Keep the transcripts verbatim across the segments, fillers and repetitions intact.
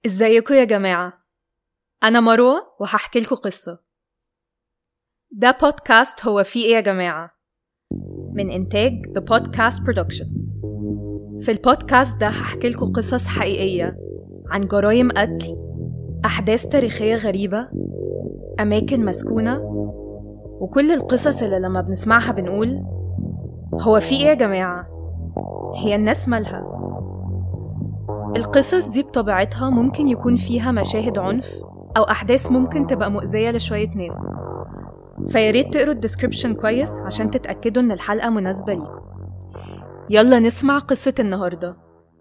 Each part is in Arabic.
ازيكم يا جماعة؟ أنا مروة وهحكي لكم قصة. ده بودكاست هو فيه إيه يا جماعة؟ من إنتاج The Podcast Productions. في البودكاست ده هحكي لكم قصص حقيقية عن جرائم قتل، أحداث تاريخية غريبة، أماكن مسكونة، وكل القصص اللي لما بنسمعها بنقول هو فيه إيه يا جماعة؟ هي الناس مالها؟ القصص دي بطبيعتها ممكن يكون فيها مشاهد عنف أو أحداث ممكن تبقى مؤذية لشوية ناس، فياريت تقروا الديسكريبشن كويس عشان تتأكدوا إن الحلقة مناسبة ليكم. يلا نسمع قصة النهاردة.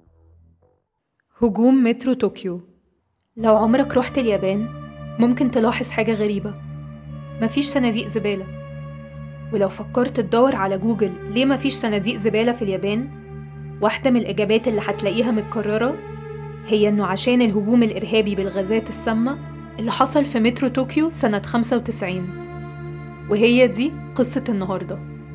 هجوم مترو طوكيو. لو عمرك رحت اليابان ممكن تلاحظ حاجة غريبة، مفيش صناديق زبالة. ولو فكرت تدور على جوجل ليه مفيش صناديق زبالة في اليابان، واحدة من الإجابات اللي هتلاقيها متكررة هي إنه عشان الهجوم الإرهابي بالغازات السامة اللي حصل في مترو طوكيو سنة خمسة وتسعين. وهي دي قصة النهاردة.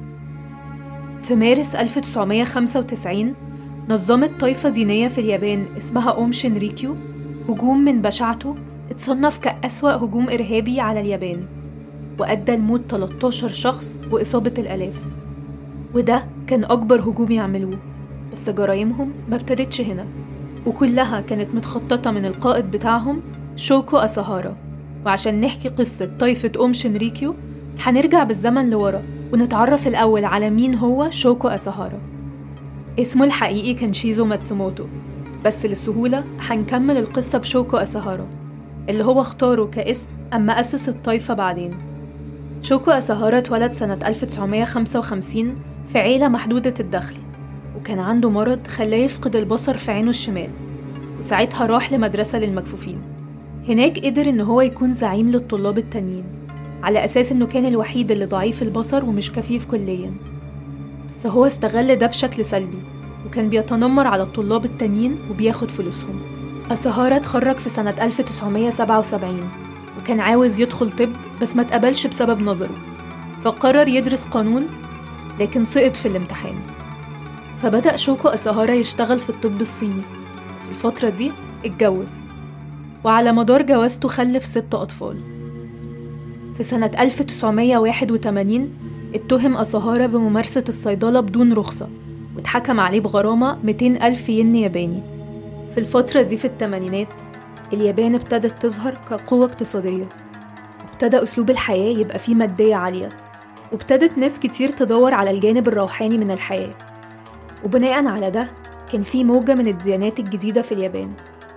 في مارس ألف وتسعمية وخمسة وتسعين نظمت طائفة دينية في اليابان اسمها أوم شينريكيو هجوم من بشاعته اتصنف كأسوأ هجوم إرهابي على اليابان، وأدى لموت ثلاثة عشر شخص وإصابة الآلاف. وده كان أكبر هجوم يعملوه، بس جرايمهم ما ابتدتش هنا، وكلها كانت متخططة من القائد بتاعهم شوكو أساهارا. وعشان نحكي قصة طائفة أوم شينريكيو هنرجع بالزمن لورا ونتعرف الأول على مين هو شوكو أساهارا. اسمه الحقيقي كان شيزو ماتسوموتو، بس للسهولة هنكمل القصة بشوكو أساهارا اللي هو اختاره كاسم أما أسس الطائفة بعدين. شوكو أساهارا اتولد سنة ألف وتسعمية وخمسة وخمسين في عيلة محدودة الدخل، وكان عنده مرض خلاه يفقد البصر في عينه الشمال، وساعتها راح لمدرسة للمكفوفين. هناك قدر إنه هو يكون زعيم للطلاب التانيين على أساس إنه كان الوحيد اللي ضعيف البصر ومش كفيف كلياً. بس هو استغل ده بشكل سلبي، وكان بيتنمر على الطلاب التانيين وبياخد فلوسهم. أساهارا اتخرج في سنة ألف وتسعمية وسبعة وسبعين، وكان عاوز يدخل طب بس ما تقبلش بسبب نظره، فقرر يدرس قانون لكن سقط في الامتحان. فبدأ شوكو أساهارا يشتغل في الطب الصيني. في الفترة دي اتجوز، وعلى مدار جوازته خلف ست أطفال. في سنة ألف وتسعمية وواحد وتمانين اتهم أساهارا بممارسة الصيدلة بدون رخصة، واتحكم عليه بغرامة مئتين ألف ين ياباني. في الفترة دي في الثمانينات اليابان ابتدت تظهر كقوة اقتصادية، وابتدى أسلوب الحياة يبقى فيه مادية عالية، وابتدت ناس كتير تدور على الجانب الروحاني من الحياة. وبناءً على ده كان في موجة من الديانات الجديدة في اليابان،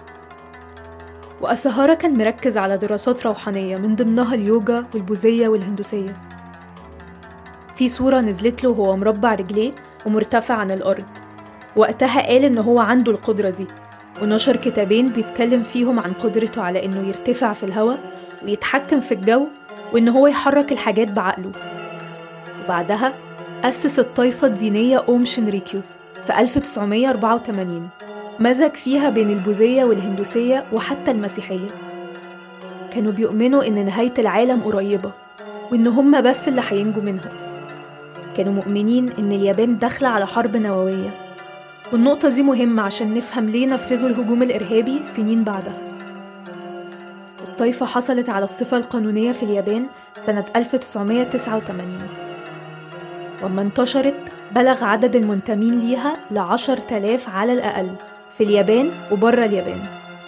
وأساهارا كان مركز على دراسات روحانية من ضمنها اليوجا والبوذية والهندوسية. في صورة نزلت له وهو مربع رجليه ومرتفع عن الأرض، وقتها قال إنه هو عنده القدرة دي، ونشر كتابين بيتكلم فيهم عن قدرته على إنه يرتفع في الهواء ويتحكم في الجو، وإنه هو يحرك الحاجات بعقله. وبعدها أسس الطائفة الدينية أوم شينريكيو في ألف وتسعمية وأربعة وتمانين، مزج فيها بين البوذية والهندوسية وحتى المسيحية. كانوا بيؤمنوا إن نهاية العالم قريبة، وإن هم بس اللي هينجوا منها. كانوا مؤمنين إن اليابان داخلة على حرب نووية، والنقطة دي مهمة عشان نفهم ليه نفذوا الهجوم الإرهابي سنين بعدها. الطائفة حصلت على الصفة القانونية في اليابان سنة ألف وتسعمية وتسعة وتمانين، وما انتشرت بلغ عدد المنتمين ليها لعشر تلاف على الأقل في اليابان وبره اليابان.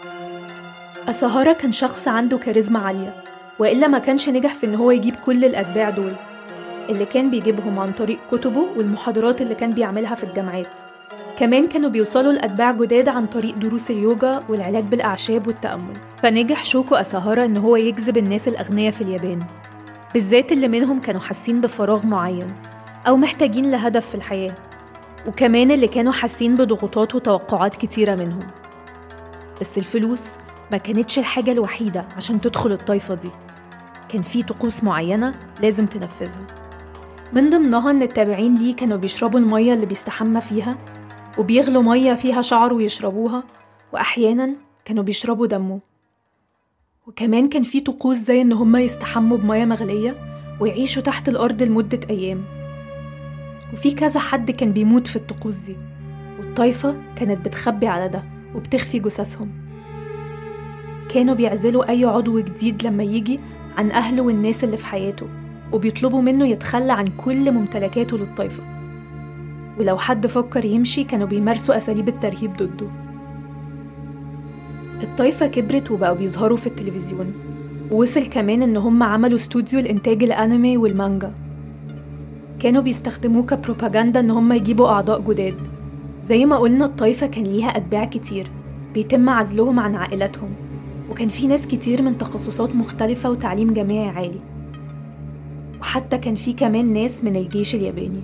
أساهارا كان شخص عنده كاريزما عالية، وإلا ما كانش نجح في إن هو يجيب كل الأتباع دول، اللي كان بيجيبهم عن طريق كتبه والمحاضرات اللي كان بيعملها في الجامعات. كمان كانوا بيوصلوا لأتباع جداد عن طريق دروس اليوجا والعلاج بالأعشاب والتأمل. فنجح شوكو أساهارا إن هو يجذب الناس الأغنياء في اليابان، بالذات اللي منهم كانوا حاسين بفراغ معين أو محتاجين لهدف في الحياة، وكمان اللي كانوا حاسين بضغوطات وتوقعات كتيرة منهم. بس الفلوس ما كانتش الحاجة الوحيدة عشان تدخل الطائفة دي، كان في طقوس معينة لازم تنفذها. من ضمنها إن التابعين ليه كانوا بيشربوا المية اللي بيستحمى فيها، وبيغلوا مية فيها شعر ويشربوها، وأحياناً كانوا بيشربوا دمه. وكمان كان في طقوس زي إن هم يستحموا بمية مغلية ويعيشوا تحت الأرض لمدة أيام. وفي كذا حد كان بيموت في الطقوس دي، والطائفة كانت بتخبي على ده وبتخفي جثثهم. كانوا بيعزلوا أي عضو جديد لما يجي عن أهله والناس اللي في حياته، وبيطلبوا منه يتخلى عن كل ممتلكاته للطائفة. ولو حد فكر يمشي كانوا بيمارسوا أساليب الترهيب ضده. الطائفة كبرت وبقوا بيظهروا في التلفزيون، ووصل كمان إن هم عملوا استوديو لإنتاج الأنمي والمانجا. كانوا بيستخدموه كبروباغندا إن هم يجيبوا أعضاء جداد. زي ما قلنا الطائفة كان ليها أتباع كتير بيتم عزلهم عن عائلاتهم، وكان في ناس كتير من تخصصات مختلفة وتعليم جامعي عالي، وحتى كان في كمان ناس من الجيش الياباني.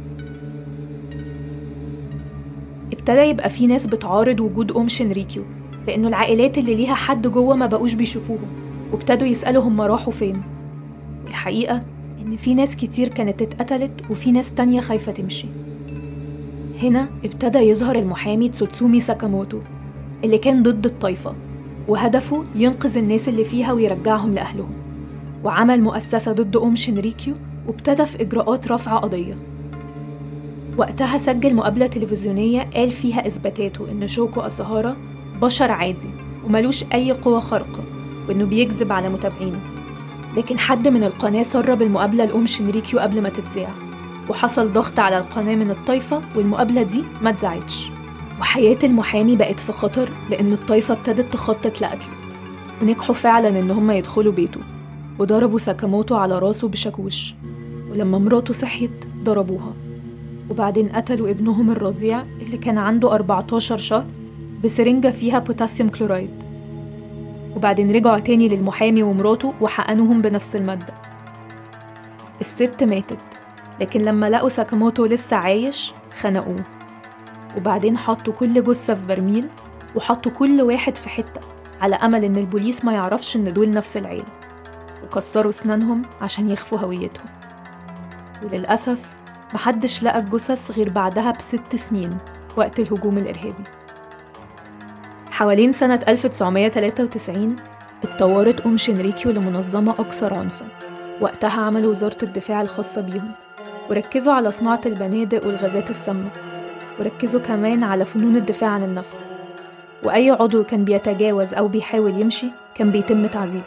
ابتدى يبقى في ناس بتعارض وجود أم شينريكيو، لأنه العائلات اللي ليها حد جوه ما بقوش بيشوفوهم، وابتدوا يسألوا هم راحوا فين. الحقيقة إن في ناس كتير كانت اتقتلت وفي ناس تانية خايفة تمشي. هنا ابتدى يظهر المحامي تسوتسومي ساكاموتو اللي كان ضد الطائفة، وهدفه ينقذ الناس اللي فيها ويرجعهم لأهلهم، وعمل مؤسسة ضد أم شينريكيو وابتدى في إجراءات رفع قضية. وقتها سجل مقابلة تلفزيونية قال فيها إثباتاته إن شوكو أساهارا بشر عادي وملوش أي قوة خارقة، وإنه بيكذب على متابعينه. لكن حد من القناة سرب المقابلة لأم شينريكيو قبل ما تتذاع، وحصل ضغط على القناة من الطائفة والمقابلة دي ما اتذاعتش. وحياة المحامي بقت في خطر لأن الطائفة ابتدت تخطط لقتله، ونجحوا فعلا إن هم يدخلوا بيته وضربوا ساكاموتو على راسه بشاكوش، ولما مراته صحيت ضربوها، وبعدين قتلوا ابنهم الرضيع اللي كان عنده أربعتاشر شهر بسرنجة فيها بوتاسيوم كلورايد. وبعدين رجعوا تاني للمحامي ومراته وحقنوهم بنفس المادة. الست ماتت، لكن لما لقوا ساكاموتو لسه عايش خنقوه، وبعدين حطوا كل جثة في برميل وحطوا كل واحد في حتة على أمل إن البوليس ما يعرفش إن دول نفس العيلة، وكسروا أسنانهم عشان يخفوا هويتهم. وللأسف محدش لقى الجثث غير بعدها بست سنين وقت الهجوم الإرهابي. حوالين سنة ألف وتسعمية وتلاتة وتسعين اتطورت أم شينريكيو لمنظمة أكثر عنفاً. وقتها عملوا وزارة الدفاع الخاصة بيهم، وركزوا على صناعة البنادق والغازات السامة، وركزوا كمان على فنون الدفاع عن النفس. وأي عضو كان بيتجاوز أو بيحاول يمشي كان بيتم تعذيبه.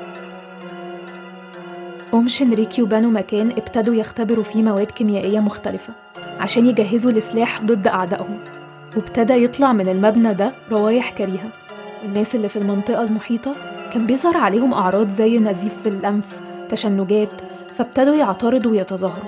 أم شينريكيو بنوا مكان ابتدوا يختبروا فيه مواد كيميائية مختلفة عشان يجهزوا لسلاح ضد أعدائهم، وابتدى يطلع من المبنى ده روايح كريهة. الناس اللي في المنطقة المحيطة كان بيظهر عليهم أعراض زي نزيف في الأنف، تشنجات، فابتدوا يعترضوا ويتظاهروا.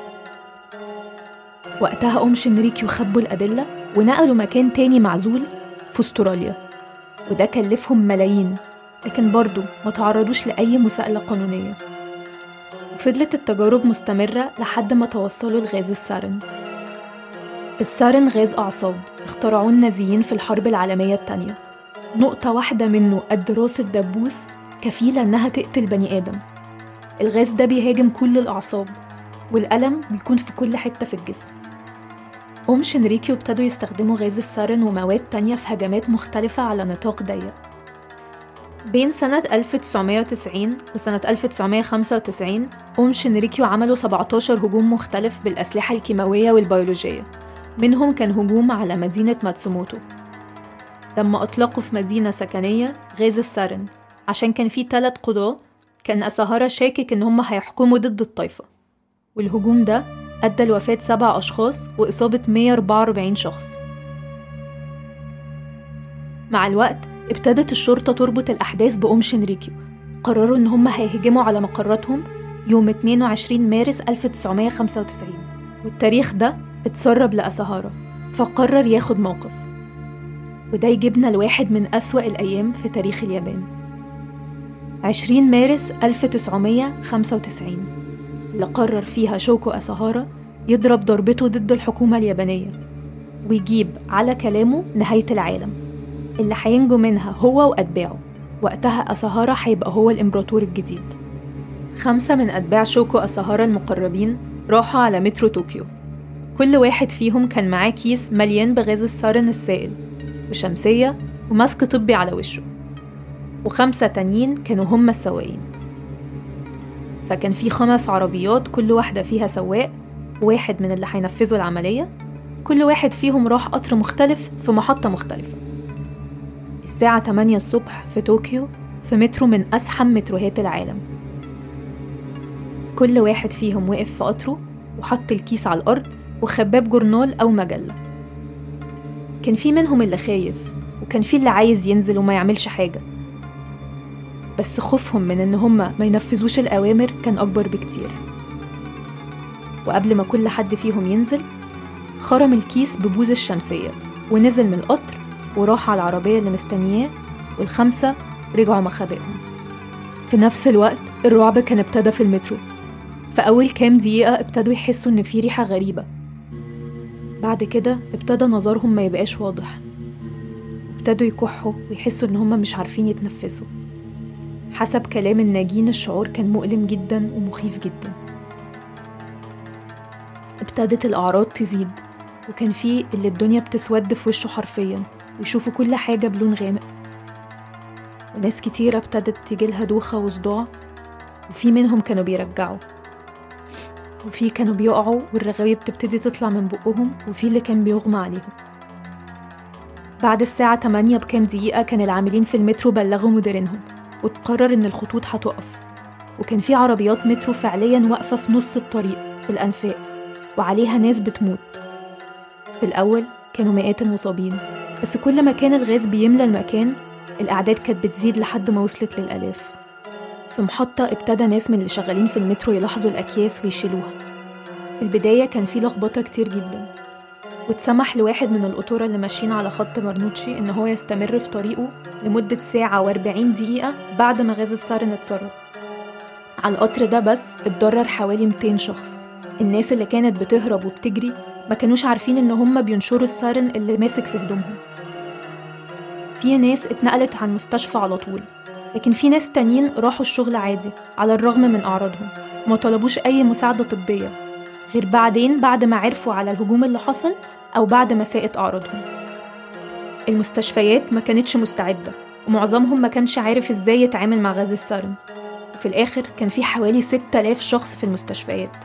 وقتها أم شينريكيو خبوا الأدلة ونقلوا مكان تاني معزول في أستراليا، وده كلفهم ملايين، لكن برضو ما تعرضوش لأي مساءلة قانونية. وفضلت التجارب مستمرة لحد ما توصلوا لغاز السارن. السارن غاز أعصاب اخترعوه النازيين في الحرب العالمية التانية. نقطة واحدة منه قد راس الدبوس كفيلة إنها تقتل بني آدم. الغاز ده بيهاجم كل الأعصاب، والألم بيكون في كل حتة في الجسم. أم شينريكيو ابتدوا يستخدموا غاز السارن ومواد تانية في هجمات مختلفة على نطاق ضيق. بين سنة ألف وتسعمية وتسعين وسنة ألف وتسعمية وخمسة وتسعين أم شينريكيو عملوا سبعتاشر هجوم مختلف بالأسلحة الكيماوية والبيولوجية. منهم كان هجوم على مدينة ماتسوموتو لما أطلقوا في مدينة سكنية غاز السارن، عشان كان في ثلاث قضاة كان أساهارا شاكك إن هم هيحكموا ضد الطائفة. والهجوم ده أدى لوفاة سبع أشخاص وإصابة مية وأربعة وأربعين شخص. مع الوقت ابتدت الشرطة تربط الأحداث بأم شينريكيو. قرروا إن هم هيهجموا على مقراتهم يوم اتنين وعشرين مارس ألف وتسعمية وخمسة وتسعين، والتاريخ ده اتسرب لأساهارا، فقرر ياخد موقف. وده يجيبنا لواحد من أسوأ الأيام في تاريخ اليابان، عشرين مارس ألف وتسعمية وخمسة وتسعين، اللي قرر فيها شوكو أساهارا يضرب ضربته ضد الحكومة اليابانية ويجيب على كلامه نهاية العالم اللي هينجو منها هو وأتباعه. وقتها أساهارا هيبقى هو الإمبراطور الجديد. خمسة من أتباع شوكو أساهارا المقربين راحوا على مترو طوكيو. كل واحد فيهم كان معاه كيس مليان بغاز السارن السائل وشمسية وماسك طبي على وشه، وخمسة تانيين كانوا هم السواقين. فكان في خمس عربيات كل واحدة فيها سواق وواحد من اللي هينفذوا العملية. كل واحد فيهم راح قطر مختلف في محطة مختلفة. الساعة تمانية الصبح في طوكيو في مترو من أزحم متروهات العالم. كل واحد فيهم وقف في قطره وحط الكيس على الأرض وخباه بجورنال أو مجلة. كان في منهم اللي خايف، وكان في اللي عايز ينزل وما يعملش حاجة، بس خوفهم من إن هما ما ينفذوش الأوامر كان أكبر بكتير. وقبل ما كل حد فيهم ينزل، خرم الكيس ببوز الشمسية ونزل من القطر وراح على العربية اللي مستنياه، والخمسة رجعوا مخابئهم. في نفس الوقت الرعب كان ابتدى في المترو. في أول كام دقيقة ابتدوا يحسوا إن في ريحة غريبة. بعد كده ابتدى نظرهم ما يبقاش واضح، ابتدوا يكحوا ويحسوا إن هم مش عارفين يتنفسوا. حسب كلام الناجين الشعور كان مؤلم جدا ومخيف جدا. ابتدت الأعراض تزيد، وكان في اللي الدنيا بتسود في وشه حرفيا ويشوفوا كل حاجة بلون غامق، وناس كتيرة ابتدت تجيلها دوخة وصداع، وفي منهم كانوا بيرجعوا، وفي كانوا بيقعوا والرغاوي بتبتدي تطلع من بقهم، وفي اللي كان بيغمى عليهم. بعد الساعة تمانية بكام دقيقة كان العاملين في المترو بلغوا مديرينهم، وتقرر إن الخطوط هتقف. وكان في عربيات مترو فعلياً واقفة في نص الطريق في الأنفاق، وعليها ناس بتموت. في الأول كانوا مئات المصابين، بس كل ما كان الغاز بيملى المكان الأعداد كانت بتزيد لحد ما وصلت للآلاف. في محطة ابتدى ناس من اللي شغالين في المترو يلاحظوا الأكياس ويشيلوها. في البداية كان في لخبطة كتير جدا، واتسمح لواحد من القطورة اللي ماشيين على خط مرنوتشي إن هو يستمر في طريقه لمدة ساعة واربعين دقيقة بعد ما غاز السارن اتسرب. على القطر ده بس اتضرر حوالي مئتين شخص. الناس اللي كانت بتهرب وبتجري ما كانوش عارفين إن هم بينشروا السارن اللي ماسك في هدومهم. في ناس اتنقلت على المستشفى على طول، لكن في ناس تانيين راحوا الشغل عادي على الرغم من أعراضهم، وما طلبوش أي مساعدة طبية غير بعدين بعد ما عرفوا على الهجوم اللي حصل أو بعد ما ساءت أعراضهم. المستشفيات ما كانتش مستعدة، ومعظمهم ما كانش عارف إزاي يتعامل مع غاز السارن. وفي الآخر كان في حوالي ستة آلاف شخص في المستشفيات.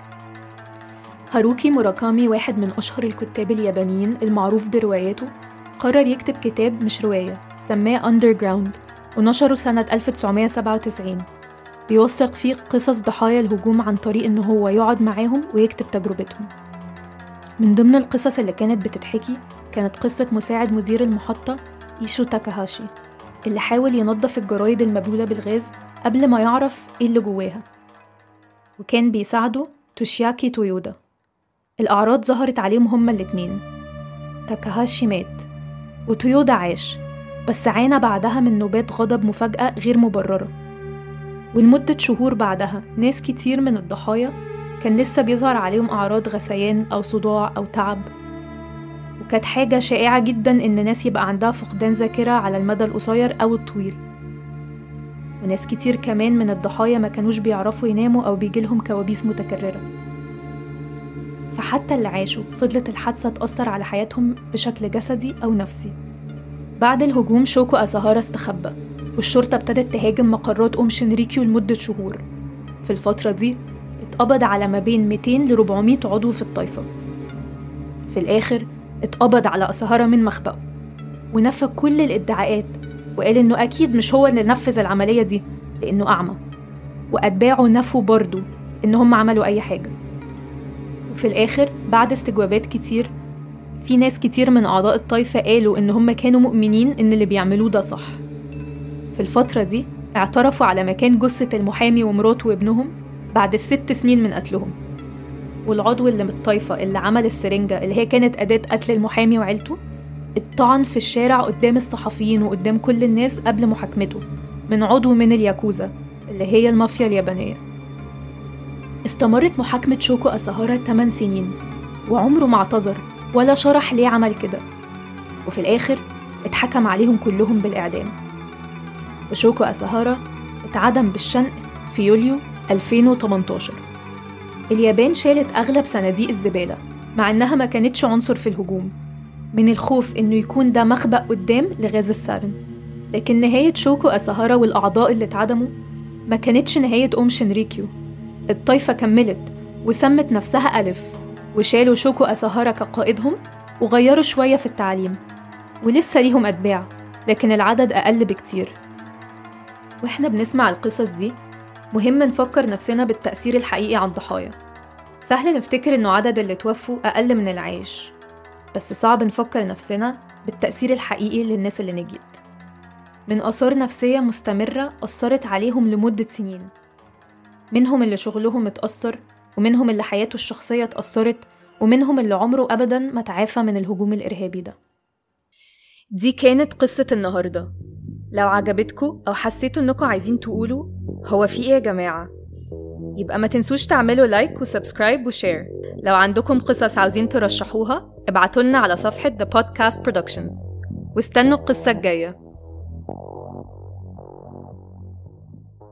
هاروكي موراكامي، واحد من أشهر الكتاب اليابانيين المعروف برواياته، قرر يكتب كتاب مش رواية سماه Underground، ونشره سنة ألف وتسعمية سبعة وتسعين، بيوثق فيه قصص ضحايا الهجوم عن طريق إنه هو يقعد معاهم ويكتب تجربتهم. من ضمن القصص اللي كانت بتتحكي كانت قصة مساعد مدير المحطة إيشو تاكاهاشي، اللي حاول ينظف الجرايد المبلولة بالغاز قبل ما يعرف إيه اللي جواها، وكان بيساعده توشياكي تويودا. الأعراض ظهرت عليهم هما الاتنين. تاكاهاشي مات وتويودا عاش، بس عانى بعدها من نوبات غضب مفاجئة غير مبررة. ولمدة شهور بعدها ناس كتير من الضحايا كان لسه بيظهر عليهم أعراض غثيان أو صداع أو تعب، وكانت حاجة شائعة جدا إن ناس يبقى عندها فقدان ذاكرة على المدى القصير أو الطويل. وناس كتير كمان من الضحايا ما كانوش بيعرفوا يناموا أو بيجيلهم كوابيس متكررة. فحتى اللي عاشوا فضلت الحادثة تأثر على حياتهم بشكل جسدي أو نفسي. بعد الهجوم شوكو أساهارا استخبى، والشرطة ابتدت تهاجم مقرات أم شينريكيو لمدة شهور. في الفترة دي اتقبض على ما بين مئتين ل أربعمية عضو في الطائفة. في الآخر اتقبض على أساهارا من مخبأه، ونفى كل الادعاءات وقال إنه أكيد مش هو اللي نفذ العملية دي لأنه أعمى، وأتباعه نفوا برضو إنهم عملوا أي حاجة. وفي الآخر بعد استجوابات كتير في ناس كتير من أعضاء الطائفة قالوا إن هم كانوا مؤمنين إن اللي بيعملوه ده صح. في الفترة دي اعترفوا على مكان جثة المحامي ومراته وابنهم بعد الست سنين من قتلهم. والعضو اللي من الطائفة اللي عمل السرنجة اللي هي كانت أداة قتل المحامي وعيلته اتطعن في الشارع قدام الصحفيين وقدام كل الناس قبل محاكمته من عضو من الياكوزا اللي هي المافيا اليابانية. استمرت محاكمة شوكو أساهارا ثماني سنين، وعمره ما اعتذر ولا شرح ليه عمل كده. وفي الآخر اتحكم عليهم كلهم بالإعدام، وشوكو أساهارا اتعدم بالشنق في يوليو ألفين وتمنتاشر. اليابان شالت أغلب صناديق الزبالة مع إنها ما كانتش عنصر في الهجوم، من الخوف إنه يكون ده مخبأ قدام لغاز السارن. لكن نهاية شوكو أساهارا والأعضاء اللي اتعدموا ما كانتش نهاية أم شينريكيو. الطائفة كملت وسمت نفسها ألف، وشالوا شوكو أساهارا كقائدهم وغيروا شوية في التعليم، ولسه ليهم أتباع لكن العدد أقل بكتير. وإحنا بنسمع القصص دي مهم نفكر نفسنا بالتأثير الحقيقي على الضحايا. سهل نفتكر إنه عدد اللي توفوا أقل من العايش، بس صعب نفكر نفسنا بالتأثير الحقيقي للناس اللي نجيت، من آثار نفسية مستمرة أثرت عليهم لمدة سنين. منهم اللي شغلهم اتأثر، ومنهم اللي حياته الشخصية اتأثرت، ومنهم اللي عمره أبداً ما تعافى من الهجوم الإرهابي ده. دي كانت قصة النهاردة. لو عجبتكم أو حسيتوا إنكم عايزين تقولوا هو في إيه يا جماعة، يبقى ما تنسوش تعملوا لايك وسبسكرايب وشير. لو عندكم قصص عاوزين ترشحوها ابعتولنا على صفحة The Podcast Productions، واستنوا القصة الجاية.